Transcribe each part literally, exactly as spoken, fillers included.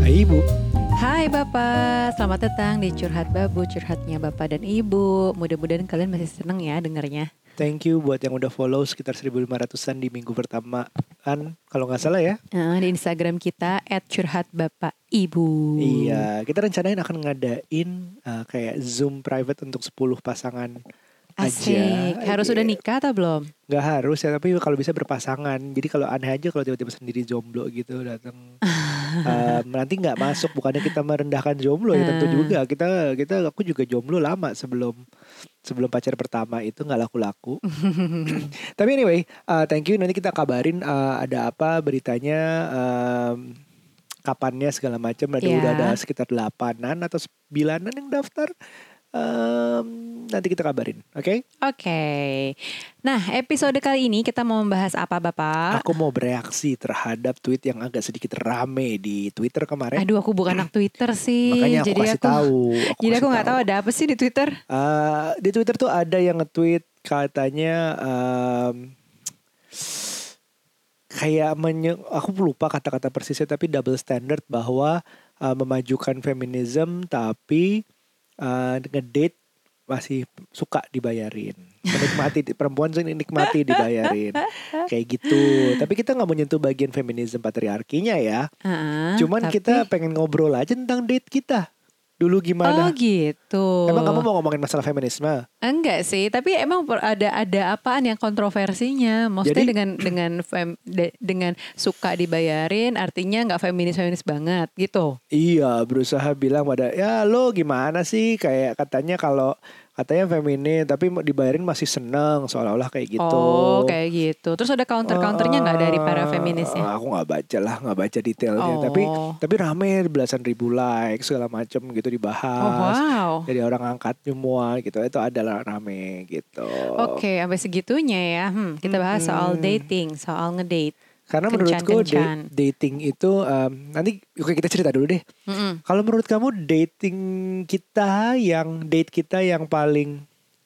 Hai Ibu. Hai Bapak, selamat datang di Curhat Babu, curhatnya Bapak dan Ibu. Mudah-mudahan kalian masih seneng ya dengernya. Thank you buat yang udah follow sekitar seribu lima ratusan di minggu pertama kan, kalau gak salah ya. Nah, di Instagram kita at curhat Bapak Ibu. Iya, kita rencanain akan ngadain uh, kayak Zoom private untuk sepuluh pasangan Asik, aja. harus udah nikah atau belum? Gak harus ya, tapi kalau bisa berpasangan. Jadi kalau aneh aja kalau tiba-tiba sendiri jomblo gitu datang. um, nanti nggak masuk, bukannya kita merendahkan jomblo ya, tentu juga kita kita aku juga jomblo lama sebelum sebelum pacar pertama itu nggak laku-laku. Tapi anyway, uh, thank you. Nanti kita kabarin uh, ada apa beritanya, um, kapannya segala macam. Ada Yeah. udah ada sekitar delapanan atau sembilanan yang daftar. Um, nanti kita kabarin, oke? Okay? Oke, okay. Nah episode kali ini kita mau membahas apa Bapak? Aku mau bereaksi terhadap tweet yang agak sedikit rame di Twitter kemarin. Aduh aku bukan anak Twitter sih. Makanya aku jadi kasih aku, tahu. Aku jadi kasih aku nggak tahu. tahu ada apa sih di Twitter. Uh, di Twitter tuh ada yang nge-tweet katanya um, kayak menye- aku lupa kata-kata persisnya, tapi double standard bahwa uh, memajukan feminism tapi uh, ngedate masih suka dibayarin, menikmati perempuan sih nikmati dibayarin kayak gitu. Tapi kita nggak menyentuh bagian feminisme patriarkinya ya. Uh-uh, Cuman tapi... kita pengen ngobrol aja tentang date kita dulu gimana. Oh gitu. Emang kamu mau ngomongin masalah feminisme? Enggak sih, tapi emang ada ada apaan yang kontroversinya? Maksudnya Jadi, dengan dengan fem, de, dengan suka dibayarin, artinya nggak feminis feminis banget gitu? Iya, berusaha bilang pada ya lo gimana sih, kayak katanya kalau katanya feminin tapi dibayarin masih seneng seolah-olah kayak gitu. Oh kayak gitu. Terus ada counter counternya nggak uh, dari para feminisnya? Aku nggak baca lah, nggak baca detailnya. Oh. Tapi tapi rame belasan ribu like segala macam gitu dibahas. Oh, wow. Jadi orang angkat semua gitu, itu adalah rame gitu. Oke, okay, sampai segitunya ya. Hmm, kita bahas hmm. soal dating, soal ngedate. Karena kencan, menurutku kencan. Da- dating itu um, nanti oke kita cerita dulu deh. Mm-mm. Kalau menurut kamu dating kita yang date kita yang paling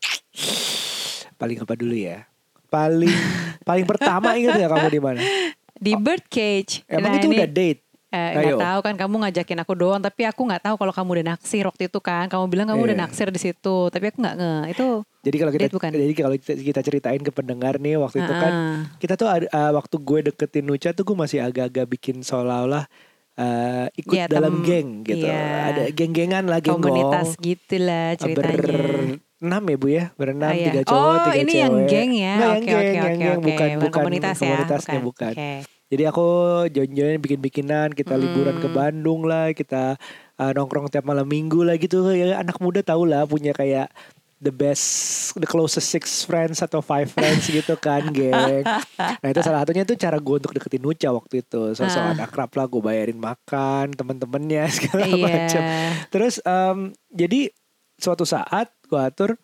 paling apa dulu ya? Paling paling pertama ingat gak kamu di mana? Di Birdcage. Emang nah, itu ini, udah date? Eh, nggak tahu kan kamu ngajakin aku doang, tapi aku nggak tahu kalau kamu udah naksir waktu itu kan. Kamu bilang kamu yeah. udah naksir di situ, tapi aku nggak nge. Itu jadi kalau kita bukan? jadi kalau kita, kita ceritain ke pendengar nih waktu uh-uh. itu kan kita tuh uh, waktu gue deketin Nucha tuh gue masih agak-agak bikin seolah-olah uh, ikut yeah, dalam tem- geng gitu. Yeah. Ada geng-gengan lah, geng komunitas gitu lah ceritanya. Berenam ya Bu ya, berenam, oh, tiga iya. cowok, oh, tiga cewek. Oh ini yang geng ya? Nggak, Oke yang oke geng, oke yang geng, oke. bukan bukan komunitas ya? komunitasnya bukan. bukan. Okay. Jadi aku join-join bikin-bikinan, kita hmm. liburan ke Bandung lah, kita uh, nongkrong tiap malam minggu lah gitu. Ya anak muda tau lah punya kayak the best, the closest six friends atau five friends gitu kan, geng. Nah itu salah satunya tuh cara gue untuk deketin Nucha waktu itu. Sosok anak akrab lah, gue bayarin makan temen-temennya segala yeah. macam. Terus um, jadi suatu saat gue atur,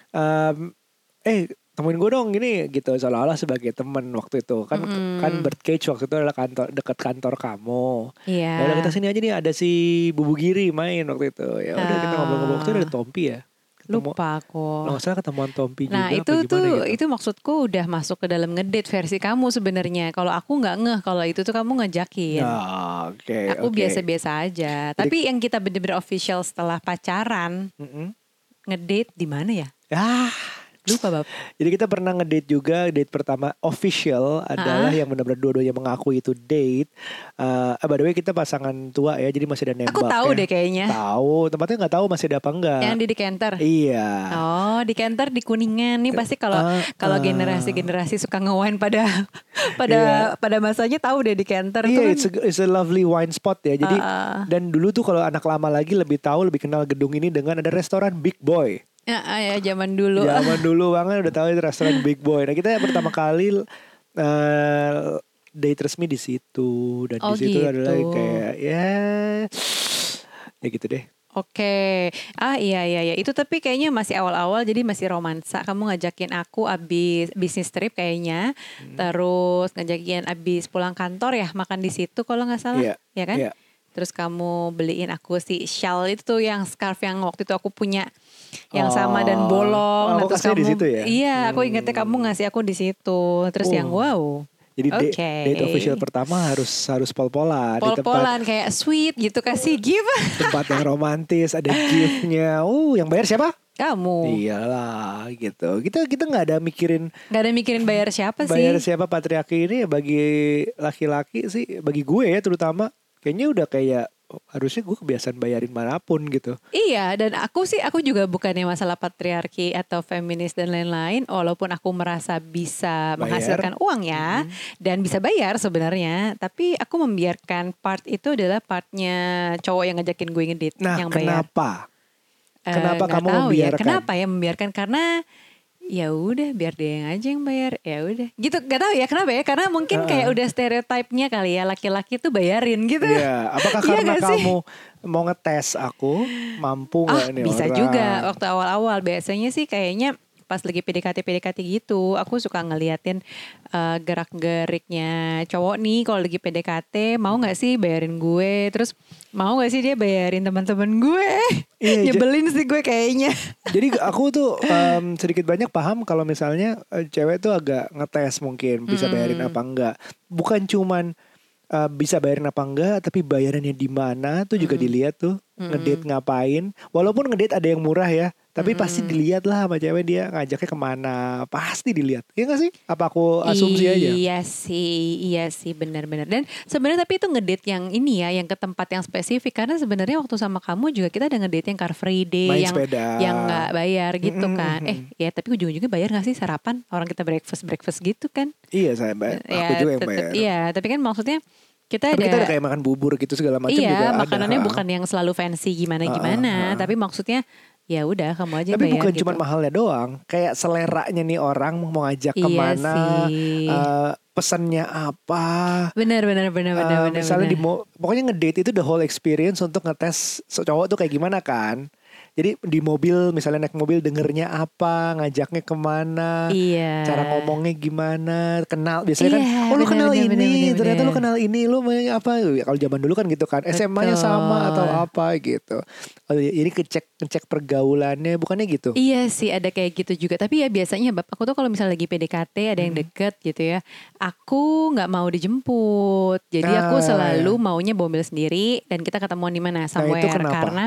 um, eh temuin gue dong gini gitu, seolah-olah sebagai teman waktu itu kan. Mm. Kan Birdcage waktu itu adalah kantor dekat kantor kamu. Iya. Yeah. Ya udah kita sini aja nih, ada si Bubu Giri main waktu itu. Ya udah uh. kita ngobrol-ngobrol, waktu itu ada Tompi ya. Ketemu, lupa aku. Nggak salah ketemuan Tompi juga. Nah itu tuh gitu. Itu maksudku udah masuk ke dalam ngedate versi kamu sebenarnya. Kalau aku nggak ngeh kalau itu tuh kamu ngajakin. Oh, okay, aku okay. biasa-biasa aja. Jadi, tapi yang kita bener-bener official setelah pacaran, mm-mm. ngedate di mana ya? Ah. Lupa Bab. Jadi kita pernah ngedate juga. Date pertama official adalah uh-huh. yang benar-benar dua-duanya mengaku itu date. Uh, by the way kita pasangan tua ya, jadi masih ada nembak. Aku tahu ya. deh kayaknya. Tahu, tempatnya nggak tahu masih ada apa enggak. Yang di Decanter. Iya. Oh, di Decanter di Kuningan nih pasti kalau uh, kalau uh, generasi-generasi suka nge-wine pada pada yeah. pada masanya tahu deh Decanter iya, tuh. Iya, it's, it's a lovely wine spot ya. Jadi uh, dan dulu tuh kalau anak lama lagi lebih tahu, lebih kenal gedung ini dengan ada restoran Big Boy. Ya, ya zaman dulu. Zaman dulu banget udah tahu itu restoran Big Boy. Nah kita pertama kali uh, date resmi di situ, dan oh, di situ gitu. adalah kayak ya, ya gitu deh. Oke, ah iya iya iya itu tapi kayaknya masih awal-awal jadi masih romansa. Kamu ngajakin aku abis bisnis trip kayaknya, hmm. terus ngajakin abis pulang kantor ya makan di situ kalau nggak salah, yeah. ya kan? Yeah. Terus kamu beliin aku si shawl itu tuh yang scarf yang waktu itu aku punya. Yang oh. sama dan bolong. Oh, aku terus kamu di situ ya? Iya, hmm. aku ingatnya kamu ngasih aku di situ. Terus oh. yang wow. Jadi Oke. date, date official pertama harus harus pol-polan di tempat Pol-polan kayak sweet gitu, kasih gift. tempat yang romantis, ada giftnya. Uh, yang bayar siapa? Kamu. Iyalah gitu. Kita kita nggak ada mikirin Gak ada mikirin bayar siapa sih. bayar siapa. Patriarki ini ya bagi laki-laki sih, bagi gue ya terutama kayaknya udah kayak oh, harusnya gue kebiasaan bayarin manapun gitu. Iya, dan aku sih aku juga bukannya masalah patriarki atau feminis dan lain-lain, walaupun aku merasa bisa Bayar. menghasilkan uang ya, dan bisa bayar sebenarnya, tapi aku membiarkan part itu adalah partnya cowok yang ngajakin gue ngedate Nah, yang bayar. kenapa? Eh, Kenapa nggak kamu tahu membiarkan? Ya, kenapa ya membiarkan? Karena ya udah biar dia yang aja yang bayar, ya udah. Gitu, nggak tahu ya kenapa ya? Karena mungkin kayak udah stereotipnya kali ya, laki-laki tuh bayarin gitu. Iya, apakah Iya karena nggak sih? kamu mau ngetes aku mampu Ah, nggak nih bisa orang? juga waktu awal-awal. Biasanya sih kayaknya pas lagi P D K T P D K T gitu, aku suka ngeliatin eh, gerak-geriknya cowok nih kalau lagi P D K T, mau nggak sih bayarin gue, terus mau nggak sih dia bayarin teman-teman gue. Iya, Nyebelin sih gue kayaknya. Jadi aku tuh em, sedikit banyak paham kalau misalnya eh, cewek tuh agak ngetes mungkin bisa bayarin apa enggak. Bukan cuman eh, bisa bayarin apa enggak, tapi bayarannya di mana tuh juga dilihat tuh. Ngedate ngapain. Walaupun ngedate ada yang murah ya, tapi pasti dilihat lah sama cewek dia ngajaknya kemana. Pasti dilihat. Iya gak sih? Apa aku asumsi aja? Iya sih, iya sih benar-benar. Dan sebenarnya tapi itu ngedate yang ini ya, yang ke tempat yang spesifik. Karena sebenarnya waktu sama kamu juga kita ada ngedate yang car free day, Main yang sepeda. yang nggak bayar gitu Mm-mm, kan. mm-mm. Eh ya tapi ujung-ujungnya bayar nggak sih sarapan? Orang kita breakfast breakfast gitu kan? Iya saya bayar. Aku Ya juga yang tetep- bayar. Iya, tapi kan maksudnya kita Tapi ada. kita ada kayak makan bubur gitu segala macam juga Iya, ada. makanannya bukan yang selalu fancy gimana-gimana, tapi maksudnya ya udah kamu aja Tapi bayar bukan gitu. cuma mahalnya doang, kayak seleranya nih orang mau ngajak Iya kemana, sih. eh, pesannya apa. Benar benar benar benar Eh, benar. misalnya benar. di mo- pokoknya ngedate itu the whole experience untuk ngetes so- cowok tuh kayak gimana kan. Jadi di mobil misalnya naik mobil dengernya apa, ngajaknya kemana, Iya. cara ngomongnya gimana, kenal biasanya kan, Iya, oh lu benar, kenal benar, ini, benar, benar, ternyata lu benar. kenal ini, lu mau apa? Ya, kalau zaman dulu kan gitu kan, S M A-nya sama atau Betul. apa gitu. Oh, jadi ngecek ngecek pergaulannya, bukannya gitu? Iya sih ada kayak gitu juga. Tapi ya biasanya bab aku tuh kalau misalnya lagi P D K T ada yang Hmm. deket gitu ya, aku nggak mau dijemput. Jadi aku Ah, selalu iya. maunya bawa mobil sendiri dan kita ketemuan di mana itu somewhere kenapa? karena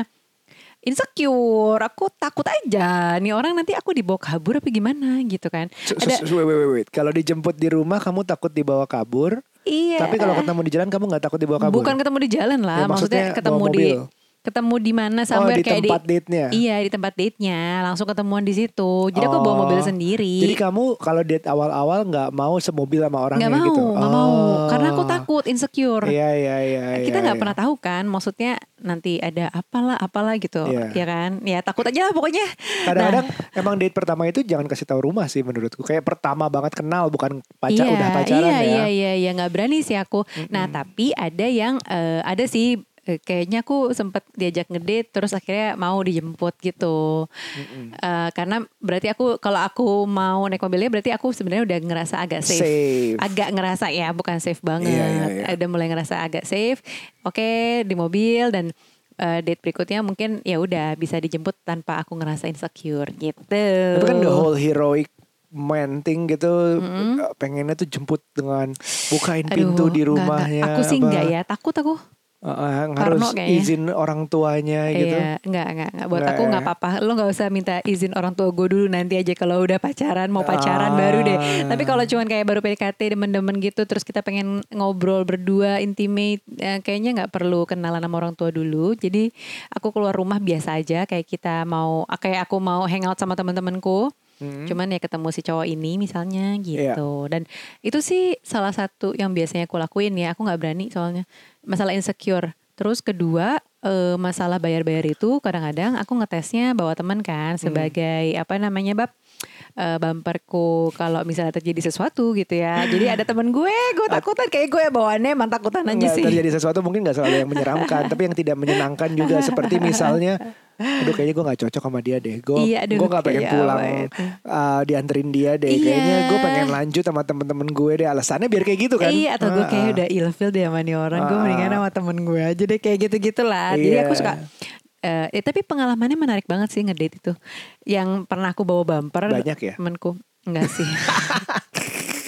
insecure. Aku takut aja nih orang nanti aku dibawa kabur apa gimana gitu kan. Su- su- Ada su- Wait, wait, wait, wait. Kalau dijemput di rumah kamu takut dibawa kabur, iya. tapi kalau ketemu di jalan kamu nggak takut dibawa kabur? Bukan ketemu di jalan lah, Ya, maksudnya, maksudnya ketemu bawa di mobil. ketemu di mana Oh, somewhere di kayak tempat di date-nya. Iya, di tempat date-nya, langsung ketemuan di situ. Jadi aku bawa Oh. mobil sendiri. Jadi kamu kalau date awal-awal nggak mau semobil sama orangnya Nggak mau, gitu? nggak mau, Oh. karena aku takut insecure. Iya, iya, iya. Kita iya, nggak iya. pernah tahu kan, maksudnya nanti ada apalah, apalah gitu, Iya. ya kan? Ya takut aja lah pokoknya. Kadang-kadang Nah, emang date pertama itu jangan kasih tahu rumah sih menurutku. Kayak pertama banget kenal, bukan pacar iya, udah pacaran iya, ya. Iya, iya, iya, nggak berani sih aku. Nah, tapi ada yang eh, ada sih. eh, Kayaknya aku sempet diajak ngedate terus akhirnya mau dijemput gitu. Eh, karena berarti aku kalau aku mau naik mobilnya berarti aku sebenarnya udah ngerasa agak safe. Safe. Agak ngerasa ya, bukan safe banget. Iya, iya, iya. Udah mulai ngerasa agak safe. Oke, di mobil dan eh, date berikutnya mungkin ya udah bisa dijemput tanpa aku ngerasa insecure gitu. Tapi kan the whole heroic man thing gitu, eh, pengennya tuh jemput dengan bukain pintu di enggak, rumahnya. enggak. Aku sih apa, enggak ya, takut aku. eh, eh, Parno harus kayaknya. izin orang tuanya gitu. Iya, enggak, enggak, enggak. Buat Enggak aku ya. enggak apa-apa. Lo enggak usah minta izin orang tua gue dulu, nanti aja kalau udah pacaran, mau pacaran Ah. baru deh. Tapi kalau cuman kayak baru P D K T demen-demen gitu, terus kita pengen ngobrol berdua, intimate, eh, kayaknya enggak perlu kenalan sama orang tua dulu. Jadi aku keluar rumah biasa aja, kayak kita mau, kayak aku mau hangout sama teman-temanku. Hmm. Cuman ya ketemu si cowok ini misalnya gitu. Dan itu sih salah satu yang biasanya aku lakuin ya. Aku nggak berani soalnya masalah insecure. Terus kedua eh, masalah bayar-bayar itu kadang-kadang aku ngetesnya bawa teman kan sebagai apa namanya bab eh, bumperku kalau misalnya terjadi sesuatu gitu ya. Jadi ada temen gue, gue takutan kayak gue bawaannya emang takutan aja Nggak sih. terjadi sesuatu mungkin nggak selalu yang menyeramkan, tapi yang tidak menyenangkan juga seperti misalnya, aduh kayaknya gue nggak cocok sama dia deh, gue Iya, aduh, gue nggak pengen kayak pulang, apa itu. uh, dianterin dia deh, Iya. kayaknya gue pengen lanjut sama temen-temen gue deh, alasannya biar kayak gitu kan? Iya atau gue Ah, kayak ah. udah ilfil deh sama nih orang. Gue Ah. mendingan sama temen gue aja deh kayak gitu-gitu lah. Jadi Iya. aku suka eh eh, tapi pengalamannya menarik banget sih ngedate itu. Yang pernah aku bawa bumper Banyak ya? temenku. Enggak sih.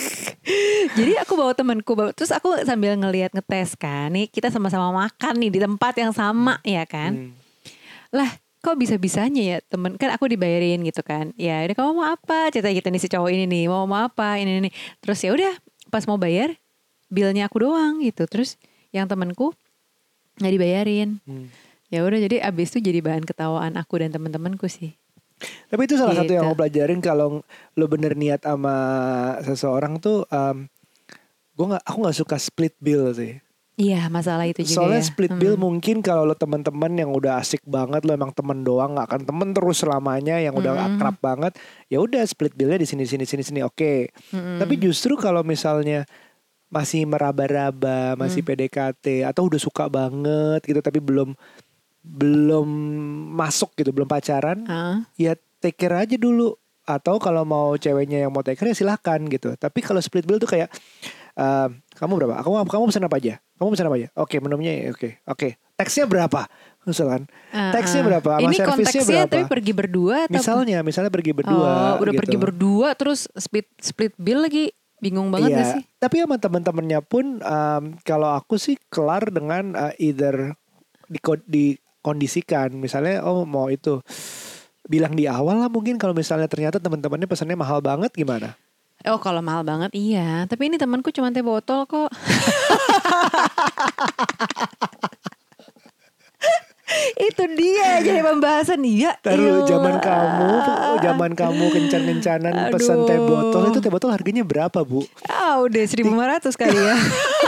Jadi aku bawa temanku, bawa, terus aku sambil ngelihat ngetes kan, nih kita sama-sama makan nih di tempat yang sama ya kan. Hmm. Lah kok bisa-bisanya ya temen, kan aku dibayarin gitu kan. Ya udah kamu mau apa? Cerita kita nih si cowok ini nih, mau mau apa ini ini. Terus ya udah pas mau bayar, bilnya aku doang gitu. Terus yang temanku nggak dibayarin. Hmm. Ya udah jadi abis itu jadi bahan ketawaan aku dan teman-temanku sih. Tapi itu salah satu Gitu. yang aku pelajarin kalau lo bener niat sama seseorang tuh, um, gue nggak, aku nggak suka split bill sih. Iya masalah itu juga Soalnya ya. split bill mungkin kalau lo teman-teman yang udah asik banget, lo emang temen doang, nggak akan temen terus selamanya, yang udah Mm-mm. akrab banget, ya udah split billnya di sini sini sini sini oke. Mm-mm. Tapi justru kalau misalnya masih meraba-raba, masih Mm. P D K T atau udah suka banget gitu tapi belum belum masuk gitu, belum pacaran, Ah. ya take care aja dulu. Atau kalau mau ceweknya yang mau take care ya silahkan gitu. Tapi kalau split bill tuh kayak Uh, kamu berapa? Kamu kamu pesan apa aja? Kamu pesan apa aja? Oke, menunya ya, oke. Oke. Teksnya berapa? Misalkan. Ah, Teksnya ah. berapa? Sama Ini servisnya konteksnya berapa? tapi pergi berdua atau Misalnya, misalnya pergi berdua. Oh, udah gitu. pergi berdua terus split split bill lagi, bingung banget Iya, gak sih? tapi sama teman-temannya pun um, kalau aku sih kelar dengan uh, either diko- dikondisikan. Misalnya oh mau itu bilang di awal lah mungkin kalau misalnya ternyata teman-temannya pesannya mahal banget gimana? Oh kalau mahal banget iya, tapi ini temanku cuma teh botol kok. Itu dia jadi pembahasan iya. Taruh iyo. zaman kamu, zaman kamu kencan-kencanan pesan teh botol itu teh botol harganya berapa bu? Ah udah seribu lima ratus kali ya.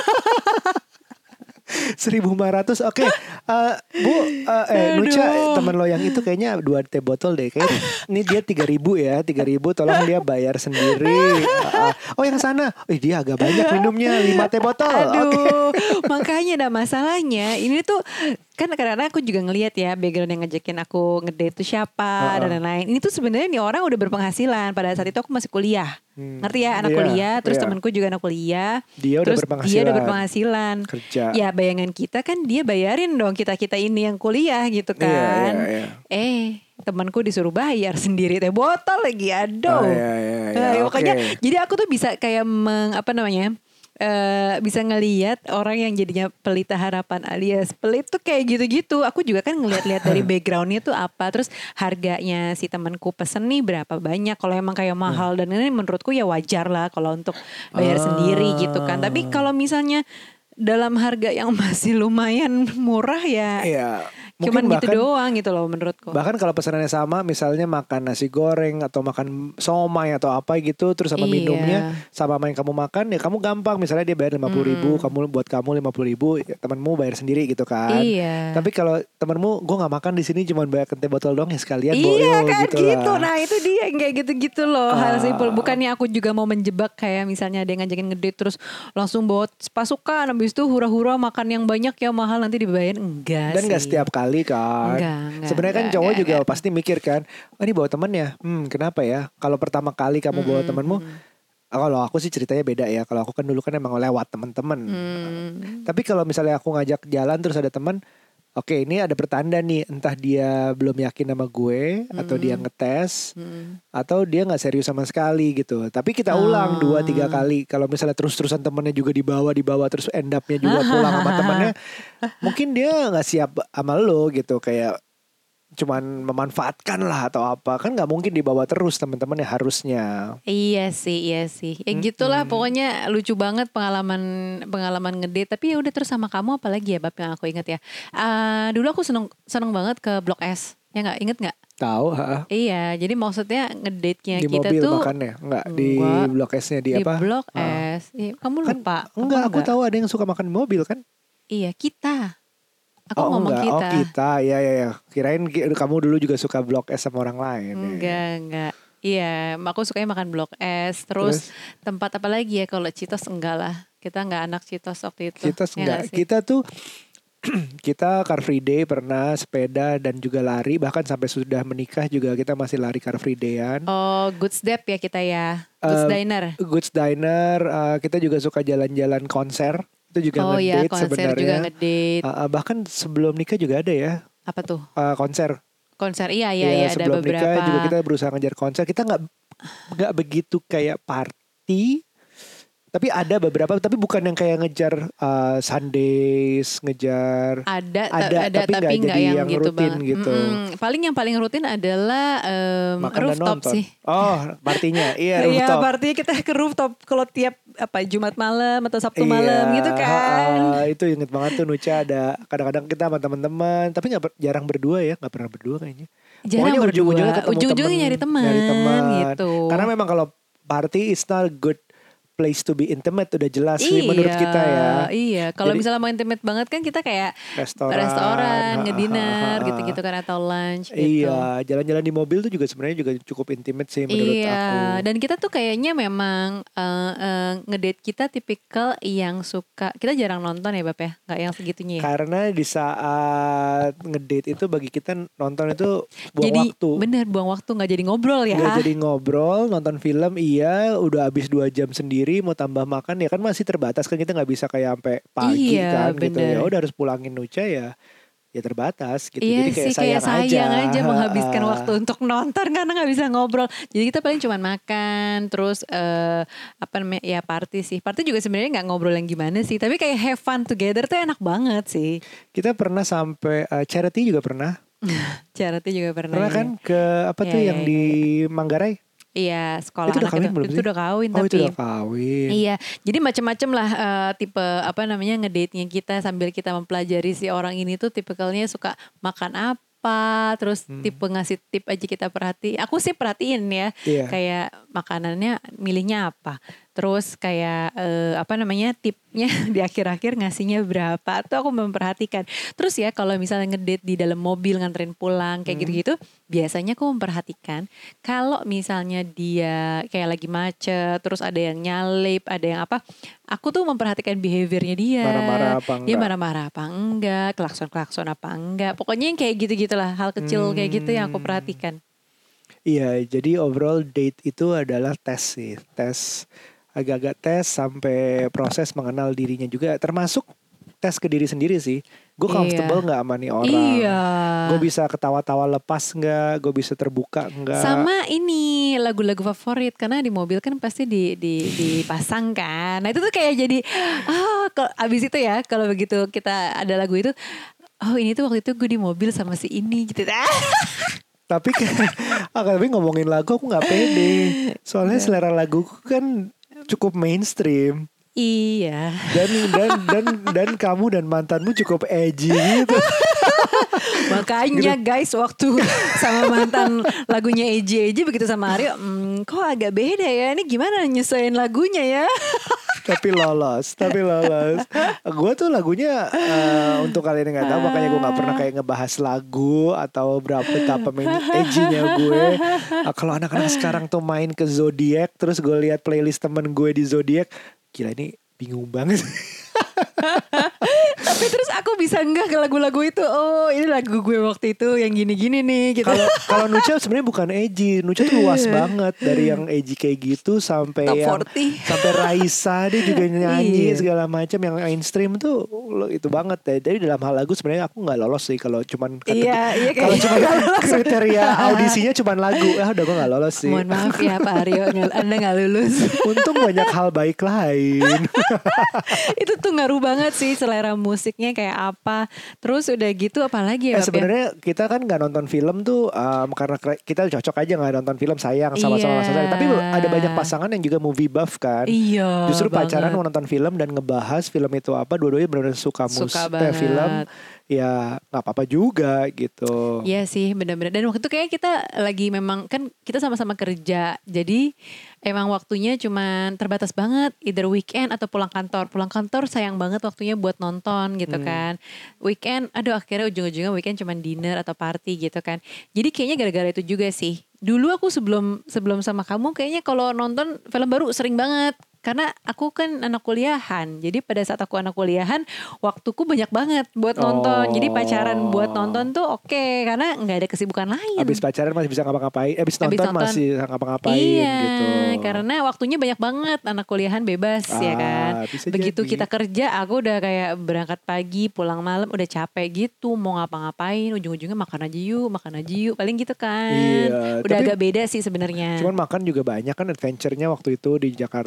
seribu lima ratus oke. Uh, Bu uh, eh Aduh. Nucha teman lo yang itu kayaknya dua teh botol deh. Kayak ini dia tiga ribu ya, tiga ribu tolong dia bayar sendiri. Uh, uh. Oh yang sana, oh dia agak banyak minumnya, lima teh botol. Aduh, Oke. makanya ada masalahnya. Ini tuh kan karena aku juga ngelihat ya background yang ngajakin aku ngedate tuh siapa Uh-uh. dan lain-lain. Ini tuh sebenarnya nih orang udah berpenghasilan. Pada saat itu aku masih kuliah. Hmm. Ngerti ya anak Iya, kuliah, terus iya. temanku juga anak kuliah. Dia udah terus berpenghasilan. dia udah berpenghasilan. Kerja. Ya bayangan kita kan dia bayarin dong kita-kita ini yang kuliah gitu Iya, kan. iya, iya. Eh temanku disuruh bayar sendiri teh botol lagi aduh. Oh, iya, iya, iya. Nah, Oke. makanya jadi aku tuh bisa kayak meng, apa namanya? eh bisa ngelihat orang yang jadinya pelita harapan alias pelit tuh kayak gitu-gitu. Aku juga kan ngelihat-lihat dari backgroundnya tuh apa, terus harganya si temanku pesen nih berapa banyak. Kalau emang kayak mahal dan ini menurutku ya wajar lah kalau untuk bayar Ah. sendiri gitu kan. Tapi kalau misalnya dalam harga yang masih lumayan murah ya, Iya. cuman Mungkin gitu bahkan- doang gitu loh menurutku. Bahkan kalau pesanannya sama, misalnya makan nasi goreng atau makan somai atau apa gitu, terus sama Iya. minumnya sama sama yang kamu makan, ya kamu gampang. Misalnya dia bayar lima puluh ribu, kamu buat kamu lima puluh ribu, ya temanmu bayar sendiri gitu kan. Iya. Tapi kalau temanmu, gue nggak makan di sini, cuma bayar teh botol doang ya sekalian. Iya boyo, kan gitu gitu, lah. nah itu dia yang kayak gitu-gitu loh hal Ah. simpel. Bukannya aku juga mau menjebak kayak misalnya ada yang ngajakin ngedate terus langsung bawa pasukan, habis itu hura-hura makan yang banyak ya mahal nanti dibayarin, enggak Dan sih. nggak setiap kali kan. Enggak, enggak, Sebenarnya kan enggak, cowok enggak, juga enggak. pasti mikir kan, oh ini bawa temen ya, hmm kenapa ya? Kalau pertama kali kamu bawa temenmu, ah, kalau aku sih ceritanya beda ya. Kalau aku kan dulu kan emang lewat teman-teman. Hmm. Tapi kalau misalnya aku ngajak jalan terus ada teman, oke ini ada pertanda nih, entah dia belum yakin sama gue atau dia ngetes Hmm. atau dia nggak serius sama sekali gitu. Tapi kita Oh. ulang dua tiga kali. Kalau misalnya terus-terusan temennya juga dibawa dibawa terus end up-nya juga pulang sama temennya, mungkin dia nggak siap sama lo gitu, kayak cuman memanfaatkan lah atau apa. Kan nggak mungkin dibawa terus teman-teman ya harusnya. Iya sih, iya sih. Ya gitulah pokoknya lucu banget pengalaman pengalaman ngedate. Tapi ya udah terus sama kamu apalagi ya Bab yang aku inget ya. Ah, dulu aku seneng seneng banget ke Blok S. Ya nggak inget nggak? Tahu, ha? Iya, jadi maksudnya ngedate-nya Di kita mobil tuh makannya, nggak di Enggak. Blok S-nya di, di apa? Blok Ah. S. Iya, kamu Kan lupa? enggak, Kamu aku tahu ada yang suka makan di mobil kan? Iya, kita. Aku Oh ngomong enggak, kita. oh kita, ya ya ya. Kirain ki- kamu dulu juga suka Blok S sama orang lain. ya. Enggak, enggak. Iya, aku sukanya makan Blok S. Terus, Terus? tempat apa lagi ya? Kalau Citos enggak lah. Kita enggak anak Citos waktu itu. Kita Ya enggak, sih? kita tuh kita Car Free Day pernah, sepeda dan juga lari, bahkan sampai sudah menikah juga kita masih lari Car Free Day-an. Oh, Goods Dep ya kita ya. Goods Eh, Diner. Goods Diner, uh, kita juga suka jalan-jalan konser. Itu juga Oh iya, ngedate konser sebenarnya. juga ngedate. Uh, uh, bahkan sebelum nikah juga ada ya Apa tuh? uh, konser. Konser. Iya, iya, Ya, iya, ada sebelum beberapa. nikah juga kita berusaha ngejar konser. Kita nggak nggak begitu kayak party, Tapi ada beberapa, tapi bukan yang kayak ngejar uh, Sundays, ngejar. Ada, Ada, ada tapi tapi nggak nggak jadi yang, yang gitu rutin banget. gitu. Mm-mm. Paling yang paling rutin adalah um, Makan dan rooftop nonton. sih. Oh, partinya. Iya, Iya, rooftop. partinya kita ke rooftop kalau tiap apa Jumat malam atau Sabtu Iya, malam gitu kan. ha-ha, itu inget banget tuh Nucha ada kadang-kadang kita sama teman-teman, tapi nggak ber- jarang berdua ya, nggak pernah berdua kayaknya. Jarang Pokoknya berdua. ujung-ujungnya ketemu Ujung-ujungnya temen, nyari teman, nyari teman gitu. Karena memang kalau party is not a good place to be intimate, udah jelas sih Iya, menurut kita ya. Iya, kalau Jadi- misalnya mau intimate banget kan kita kayak Restoran, restoran, ha, ngedinner ha, ha. gitu-gitu kan atau lunch gitu. Iya, jalan-jalan di mobil tuh juga sebenarnya juga cukup intimate sih menurut Iya, aku. dan kita tuh kayaknya memang uh, uh, ngedate kita tipikal yang suka, kita jarang nonton ya Bap ya, nggak yang segitunya ya. Karena di saat ngedate itu bagi kita nonton itu buang Jadi waktu. bener buang waktu, nggak jadi ngobrol ya. Nggak jadi ngobrol, nonton film iya, udah habis dua jam sendiri, mau tambah makan ya kan masih terbatas kan, kita nggak bisa kayak sampai pagi Iya, kan gitu. bener. Ya udah harus pulangin Nucha ya, ya terbatas gitu. Iya Jadi kayak sih, sayang, kayak sayang aja, aja, menghabiskan Ha-ha. waktu untuk nonton karena nggak bisa ngobrol. Jadi kita paling cuman makan, terus eh, apa namanya ya party sih. Party juga sebenarnya nggak ngobrol yang gimana sih, tapi kayak have fun together tuh enak banget sih. Kita pernah sampai uh, charity juga pernah. Charity juga pernah. Pernah ya. kan ke apa Iya, tuh iya, yang iya, di Manggarai? Iya, sekolah Itu udah anak kawin itu, belum itu sih? udah kawin Oh tapi. itu udah kawin. Iya, jadi macam-macam lah eh, tipe apa namanya ngedate-nya kita sambil kita mempelajari si orang ini tuh tipikalnya suka makan apa, terus Hmm. tipe ngasih tip aja kita perhati. Aku sih perhatiin ya, Iya. kayak makanannya milihnya apa, terus kayak eh, apa namanya tipnya di akhir-akhir ngasihnya berapa, tuh aku memperhatikan. Terus ya kalau misalnya ngedate di dalam mobil nganterin pulang kayak Hmm. gitu-gitu, biasanya aku memperhatikan kalau misalnya dia kayak lagi macet, terus ada yang nyalip, ada yang apa, aku tuh memperhatikan behaviornya dia. Marah-marah apa Dia enggak? marah-marah apa enggak, klakson-klakson apa enggak. Pokoknya yang kayak gitu-gitulah, hal kecil kayak gitu yang aku Hmm. perhatikan. Iya, jadi overall date itu adalah tes sih, tes agak-agak tes sampai proses mengenal dirinya juga, termasuk tes ke diri sendiri sih. Gue Iya. comfortable nggak sama nih orang? Iya. Gue bisa ketawa-tawa lepas nggak? Gue bisa terbuka nggak? Sama ini lagu-lagu favorit karena di mobil kan pasti di di dipasang kan. Nah itu tuh kayak jadi ah kalau abis itu ya kalau begitu kita ada lagu itu, oh ini tuh waktu itu gue di mobil sama si ini gitu. Tapi ah, tapi ngomongin lagu aku nggak pede. Soalnya selera lagu kan cukup mainstream. Iya. Dan dan dan dan kamu dan mantanmu cukup edgy gitu. Makanya guys waktu sama mantan lagunya Eji Eji begitu sama Aryo, hmm, kok agak beda ya. Ini gimana nyesuaiin lagunya ya? Tapi lolos, tapi lolos. Gue tuh lagunya eh, untuk kalian yang nggak tahu, makanya gue nggak pernah kayak ngebahas lagu atau berapa betapa main edgy-nya gue. Ah, kalau anak-anak sekarang tuh main ke Zodiac, terus gue lihat playlist temen gue di Zodiac, gila ini bingung banget. Tapi terus aku bisa enggak ke lagu-lagu itu. Oh ini lagu gue waktu itu yang gini-gini nih gitu. Kalau kalau Nucha sebenarnya bukan edgy, Nucha tuh luas banget dari yang edgy kayak gitu sampai Top yang empat puluh. sampai Raisa dia juga nyanyi Iya. segala macam yang mainstream tuh lo- itu banget ya. Jadi dalam hal lagu sebenarnya aku nggak lolos sih kalau cuman kata- Iya, iya kayak kalau gitu. cuman kriteria audisinya cuman lagu, ya udah gue nggak lolos sih. Mohon maaf ya Pak Aryo, Anda gak lulus. Untung banyak hal baik lain. Itu tuh ngaruh banget sih selera musiknya kayak apa. Terus udah gitu apalagi ya Eh Bab, ya? sebenarnya kita kan nggak nonton film tuh um, karena kre- kita cocok aja nggak nonton film, sayang sama-sama Iya. sama. Tapi ada banyak pasangan yang juga movie buff kan. Iya Justru pacaran banget. mau nonton film dan ngebahas film itu apa, dua-duanya benar-benar suka musik, Suka eh, banget. film, ya nggak apa-apa juga gitu. Iya sih benar-benar. Dan waktu itu kayak kita lagi memang kan kita sama-sama kerja. Jadi emang waktunya cuman terbatas banget. Either weekend atau pulang kantor. Pulang kantor sayang banget waktunya buat nonton gitu Hmm. kan. Weekend aduh akhirnya ujung-ujungnya weekend cuman dinner atau party gitu kan. Jadi kayaknya gara-gara itu juga sih. Dulu aku sebelum sebelum sama kamu kayaknya kalau nonton film baru sering banget. Karena aku kan anak kuliahan. Jadi pada saat aku anak kuliahan, waktuku banyak banget buat nonton. Oh. Jadi pacaran buat nonton tuh oke. Karena nggak ada kesibukan lain. Abis pacaran masih bisa ngapa-ngapain, eh, abis nonton, Abis nonton. masih bisa ngapa-ngapain Iya, gitu. karena waktunya banyak banget. Anak kuliahan bebas ya Ah, kan. bisa Begitu jadi. kita kerja, aku udah kayak berangkat pagi, pulang malam, udah capek gitu. Mau ngapa-ngapain, ujung-ujungnya makan aja yuk, makan aja yuk. Paling gitu kan. Iya, Udah tapi- agak beda sih sebenarnya. Cuman makan juga banyak kan adventure-nya waktu itu di Jakarta tuh kan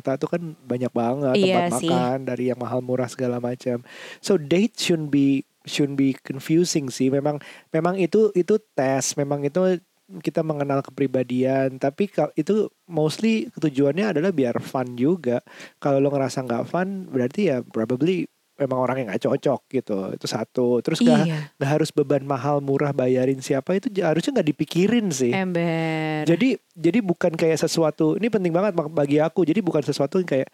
kan banyak banget Iya tempat sih. makan dari yang mahal murah segala macam. So date shouldn't be shouldn't be confusing sih. Memang memang itu itu tes, memang itu kita mengenal kepribadian. Tapi kal- itu mostly tujuannya adalah biar fun juga. Kalau lo ngerasa nggak fun, berarti ya probably memang orang yang nggak cocok gitu. Itu satu. Terus nggak Iya, nggak harus beban mahal murah bayarin siapa, itu j- harusnya nggak dipikirin sih. ember. Jadi jadi bukan kayak sesuatu, ini penting banget mak- bagi aku. Jadi bukan sesuatu yang kayak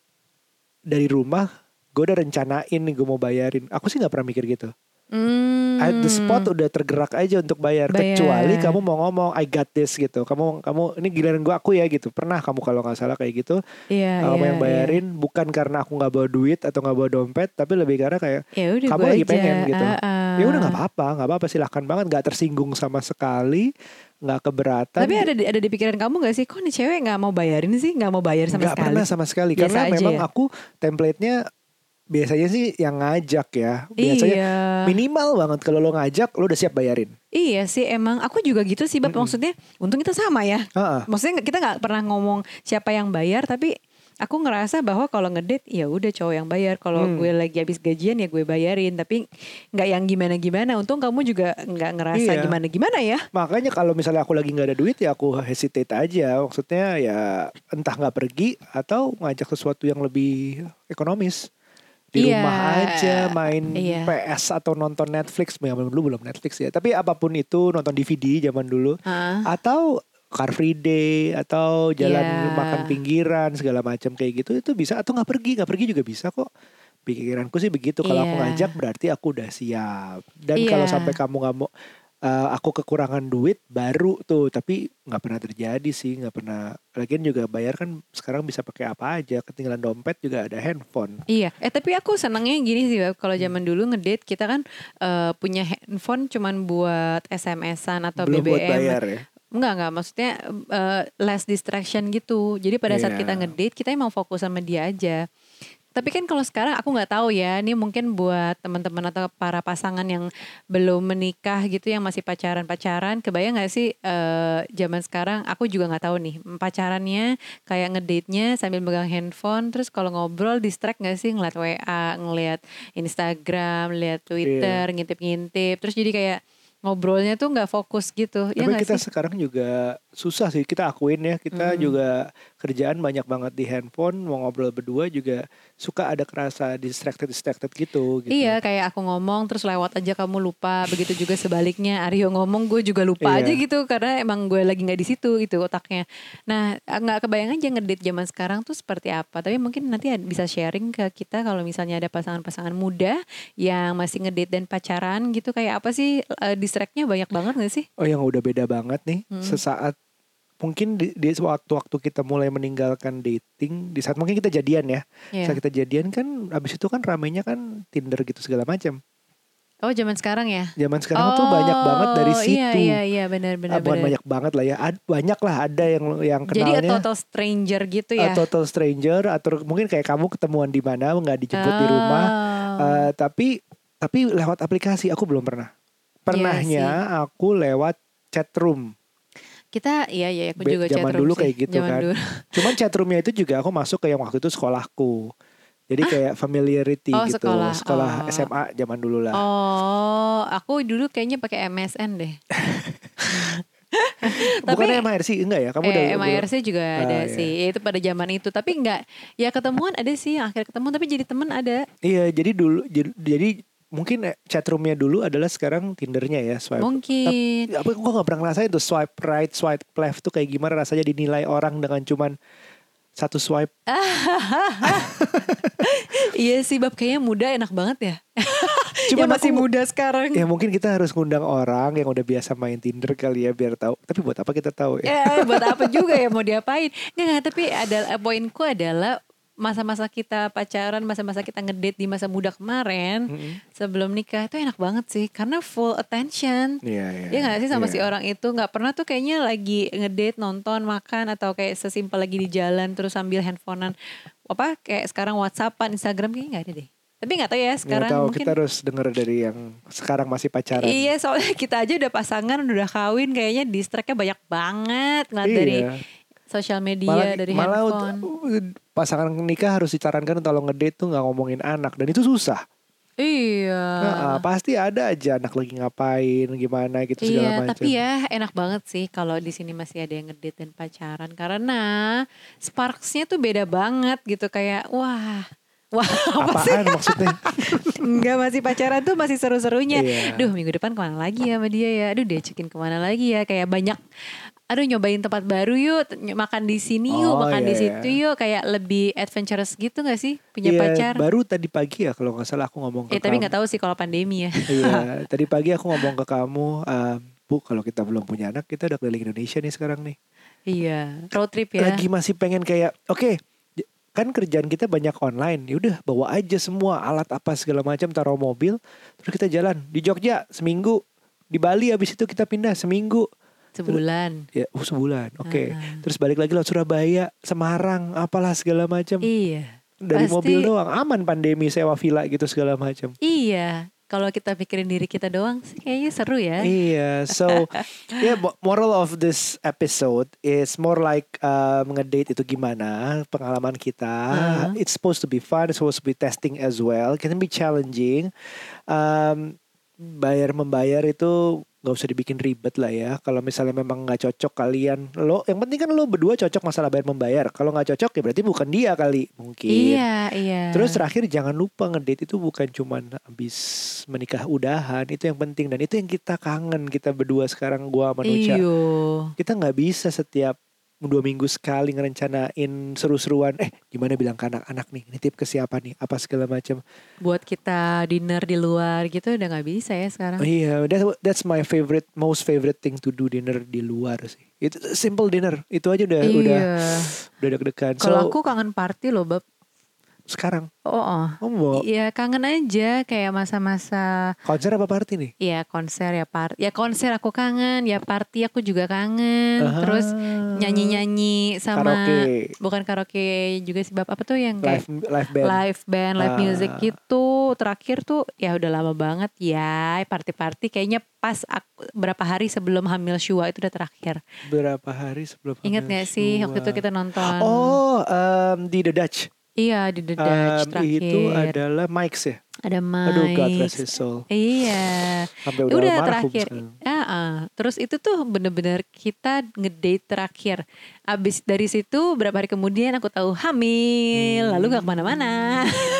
dari rumah gue udah rencanain nih gue mau bayarin. Aku sih nggak pernah mikir gitu. Hmm, At the spot udah tergerak aja untuk bayar. Bayar. Kecuali kamu mau ngomong I got this gitu. Kamu kamu ini giliran gue aku ya gitu. Pernah kamu kalau nggak salah kayak gitu. iya, Kamu iya, yang bayarin bukan karena aku nggak bawa duit atau nggak bawa dompet, tapi lebih karena kayak iya. Ya udah kamu gue lagi aja. pengen gitu. ah, ah. Ya udah nggak apa-apa, nggak apa-apa silahkan banget, nggak tersinggung sama sekali, nggak keberatan. Tapi ada di, ada di pikiran kamu gak sih, kok nih cewek nggak mau bayarin sih, nggak mau bayar sama nggak sekali? pernah sama sekali Biasa karena aja memang ya? aku template-nya biasanya sih yang ngajak ya. Biasanya Iya. minimal banget kalau lo ngajak lo udah siap bayarin. Iya sih, emang aku juga gitu sih, Bab. Mm-mm. Maksudnya untung kita sama ya. Ha-ha. Maksudnya kita nggak pernah ngomong siapa yang bayar, tapi aku ngerasa bahwa kalau ngedate ya udah cowok yang bayar. Kalau Hmm. gue lagi habis gajian ya gue bayarin, tapi nggak yang gimana-gimana. Untung kamu juga nggak ngerasa Iya. gimana-gimana ya. Makanya kalau misalnya aku lagi nggak ada duit ya aku hesitate aja. Maksudnya ya entah nggak pergi atau ngajak sesuatu yang lebih ekonomis. Di Iya. rumah aja main Iya. P S atau nonton Netflix. Zaman dulu belum Netflix ya. Tapi apapun itu, nonton D V D zaman dulu. Ah. Atau Car Free Day atau jalan Iya. makan pinggiran segala macam kayak gitu, itu bisa. Atau nggak pergi, nggak pergi juga bisa kok. Pikiranku sih begitu. Kalau aku Iya. ngajak berarti aku udah siap. Dan Iya. kalau sampai kamu nggak mau, eh, aku kekurangan duit baru tuh. Tapi nggak pernah terjadi sih, nggak pernah. Lagian juga bayar kan sekarang bisa pakai apa aja. Ketinggalan dompet juga ada handphone. Iya, eh tapi aku senangnya gini sih, Bab. Kalau zaman dulu ngedate kita kan eh, punya handphone cuman buat S M S-an atau Belum B B M. buat bayar ya. Enggak, enggak. Maksudnya eh, less distraction gitu. Jadi pada saat Iya. kita ngedate, kita emang fokus sama dia aja. Tapi kan kalau sekarang aku nggak tahu ya, ini mungkin buat teman-teman atau para pasangan yang belum menikah gitu, yang masih pacaran-pacaran, kebayang nggak sih eh, zaman sekarang? Aku juga nggak tahu nih, pacarannya kayak ngedate-nya sambil megang handphone, terus kalau ngobrol distract nggak sih, ngeliat W A, ngeliat Instagram, lihat Twitter, ngintip-ngintip, terus jadi kayak ngobrolnya tuh nggak fokus gitu, ya Tapi nggak kita sih? sekarang juga susah sih, kita akuin ya, kita Mm. juga kerjaan banyak banget di handphone, mau ngobrol berdua juga suka ada kerasa distracted-distracted gitu. gitu. Iya, kayak aku ngomong terus lewat aja kamu lupa, begitu juga sebaliknya. Aryo ngomong gue juga lupa Iya. aja gitu karena emang gue lagi nggak di situ gitu otaknya. Nah, nggak kebayang aja ngedate zaman sekarang tuh seperti apa. Tapi mungkin nanti ada- bisa sharing ke kita kalau misalnya ada pasangan-pasangan muda yang masih ngedate dan pacaran gitu, kayak apa sih, eh, distractnya banyak banget gak sih? Oh, yang udah beda banget nih, Hmm. sesaat mungkin di, di waktu-waktu kita mulai meninggalkan dating, di saat mungkin kita jadian ya, Iya. saat kita jadian kan, abis itu kan ramenya kan Tinder gitu segala macam. Oh, zaman sekarang ya? Zaman sekarang tuh banyak banget dari Oh, situ. Iya, iya, iya, benar-benar. Ah, bukan banyak banget lah ya, Ad- banyak lah ada yang yang Jadi a kenalnya. total stranger gitu A ya? total stranger atau mungkin kayak kamu ketemuan di mana nggak dijemput di rumah. Oh. Eh, tapi tapi lewat aplikasi aku belum pernah. Pernahnya aku lewat chat room. Kita, iya, iya, aku Be- juga zaman chatroom dulu sih. kayak gitu Zaman kan. dulu. Cuman chat roomnya itu juga aku masuk ke yang waktu itu sekolahku. Jadi kayak familiarity Oh, gitu. sekolah. Oh. S M A zaman dulu lah. Oh, aku dulu kayaknya pakai M S N deh. Bukannya tapi- M I R C enggak ya? Kamu udah eh, M I R C juga Ah, ada iya. sih. Ya, itu pada zaman itu. Tapi enggak, ya ketemuan ada sih. Yang akhir ketemu tapi jadi teman ada. Iya, jadi dulu jadi, jadi mungkin chat roomnya dulu adalah sekarang Tindernya ya, swipe. Mungkin. Apa gue gak pernah ngerasain tuh swipe right, swipe left tuh kayak gimana rasanya dinilai orang dengan cuman satu swipe. Iya sih, Bab, kayaknya muda enak banget ya. Cuman Yang masih aku- muda sekarang. Ya mungkin kita harus ngundang orang yang udah biasa main Tinder kali ya biar tahu. Tapi buat apa kita tahu ya? Ya, buat apa juga ya, mau diapain? Nggak, nggak, tapi ada poinku adalah masa-masa kita pacaran, masa-masa kita ngedate di masa muda kemarin, Mm-mm. sebelum nikah itu enak banget sih, karena full attention. Iya, iya. Ya nggak sih sama iya. si orang itu, nggak pernah tuh kayaknya lagi ngedate, nonton, makan, atau kayak sesimpel lagi di jalan terus sambil handphonean. Apa kayak sekarang WhatsAppan, Instagram kayaknya nggak ada deh. Tapi nggak tahu ya Nggak sekarang tahu, mungkin. kita harus denger dari yang sekarang masih pacaran. Iya, soalnya kita aja udah pasangan, udah kawin, kayaknya distract-nya banyak banget ngeliat Iya. dari sosial media, malah dari malah handphone. ut- pasangan nikah harus disarankan kalau ngedate tuh nggak ngomongin anak, dan itu susah. Iya. Nah, pasti ada aja anak lagi ngapain, gimana gitu segala Iya, macam. tapi ya enak banget sih kalau di sini masih ada yang ngedate dan pacaran karena sparksnya tuh beda banget gitu kayak wah. Wah, apa sih? Apaan maksudnya? Enggak, masih pacaran tuh masih seru-serunya. Iya. Duh, minggu depan kemana lagi ya sama dia ya? Aduh, diajakin kemana lagi ya? Kayak banyak. Aduh, nyobain tempat baru yuk, makan di sini yuk, Oh, makan iya, di iya. situ yuk. Kayak lebih adventurous gitu gak sih punya Iya, pacar? baru tadi pagi ya kalau nggak salah aku ngomong ke Eh, tapi kamu. nggak tahu sih kalau pandemi ya. Iya, tadi pagi aku ngomong ke kamu, ehm, Bu, kalau kita belum punya anak, kita udah keliling Indonesia nih sekarang nih. Iya, road trip ya. Lagi masih pengen kayak, oke, j- kan kerjaan kita banyak online, yaudah bawa aja semua alat apa segala macam, taruh mobil, terus kita jalan di Jogja seminggu, di Bali abis itu kita pindah seminggu. Sebulan. Ya, oh sebulan, oke. Ah. Terus balik lagi lewat Surabaya, Semarang, apalah segala macam. Iya. Dari pasti- mobil doang, aman pandemi, sewa villa gitu segala macam. Iya. Kalau kita pikirin diri kita doang sih kayaknya seru ya. Iya, so yeah, mo- moral of this episode is more like um, ngedate itu gimana pengalaman kita. Uh-huh. It's supposed to be fun, it's supposed to be testing as well. Can be challenging. Um, bayar membayar itu nggak usah dibikin ribet lah ya. Kalau misalnya memang nggak cocok kalian, lo yang penting kan lo berdua cocok masalah bayar membayar. Kalau nggak cocok ya berarti bukan dia kali mungkin. Iya, iya. Terus terakhir jangan lupa ngedate itu bukan cuman habis menikah udahan, itu yang penting dan itu yang kita kangen kita berdua sekarang gua sama Nucha. Iyo. Kita nggak bisa setiap dua minggu sekali ngerencanain seru-seruan. Eh gimana bilang ke anak-anak nih, nitip ke siapa nih, apa segala macam. Buat kita dinner di luar gitu udah nggak bisa ya sekarang. Oh iya, that, that's my favorite, most favorite thing to do, dinner di luar sih. Itu simple dinner, itu aja udah Iya. udah udah deg-degan. Kalau So, aku kangen party loh, Bab. sekarang, Oh, oh. oh mau Iya, kangen aja kayak masa-masa konser apa party nih? ya konser ya part. Ya konser aku kangen, ya party aku juga kangen. Ah. Terus nyanyi-nyanyi sama Karaoke. bukan karaoke juga sih, Bab. Apa tuh yang Live kayak live band. live band, live Ah. music gitu. Terakhir tuh ya udah lama banget ya party-party kayaknya pas aku, berapa hari sebelum hamil Shua itu udah terakhir. Berapa hari sebelum Ingat hamil gak sih Shua? waktu itu kita nonton? Oh, um, di The Dutch. Iya di The Dutch Um, terakhir. itu adalah Mike's ya. Ada Aduh, God rest Mike. his soul. Iya. Sampai Ya udah, udah almarhum terakhir. sekarang. Ya, ah. Terus itu tuh bener-bener kita ngedate terakhir. Abis dari situ berapa hari kemudian aku tahu hamil. Lalu gak kemana-mana.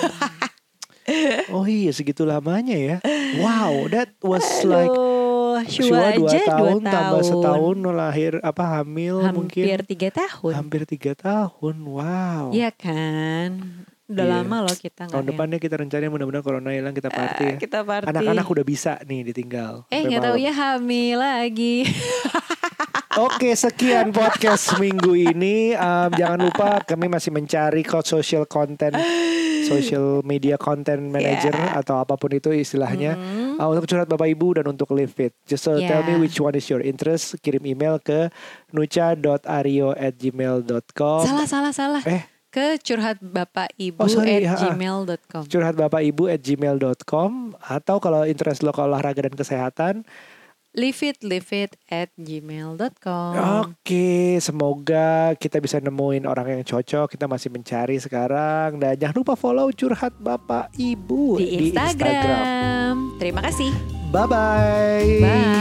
Oh iya, segitu lamanya ya. Wow, that was like Aduh, Shua Shua dua aja tahun dua tambah tahun. setahun lahir apa hamil mungkin Hampir tiga tahun. hampir tiga tahun. Wow. Iya kan. Udah Iya. lama loh kita Tahun nggak depannya kita rencanain mudah-mudahan corona hilang kita party ya. Kita party. Anak-anak udah bisa nih ditinggal. Eh sampai nggak tahu malam. ya hamil lagi. Oke, sekian podcast minggu ini. Um, jangan lupa kami masih mencari co- social content, social media content manager atau apapun itu istilahnya Hmm. uh, untuk curhat Bapak Ibu dan untuk live it. Just so tell me Yeah. which one is your interest. Kirim email ke nucha dot ario at gmail dot com. Salah salah salah. Eh, Ke curhat bapak ibu Oh, sorry, at ha, ha. gmail dot com. curhat Bapak Ibu at gmail dot com atau kalau interest lo ke olahraga dan kesehatan. Live it, live it at gmail dot com. Oke, semoga kita bisa nemuin orang yang cocok. Kita masih mencari sekarang. Dan jangan lupa follow curhat Bapak Ibu Di Instagram. Terima kasih. Bye-bye. Bye.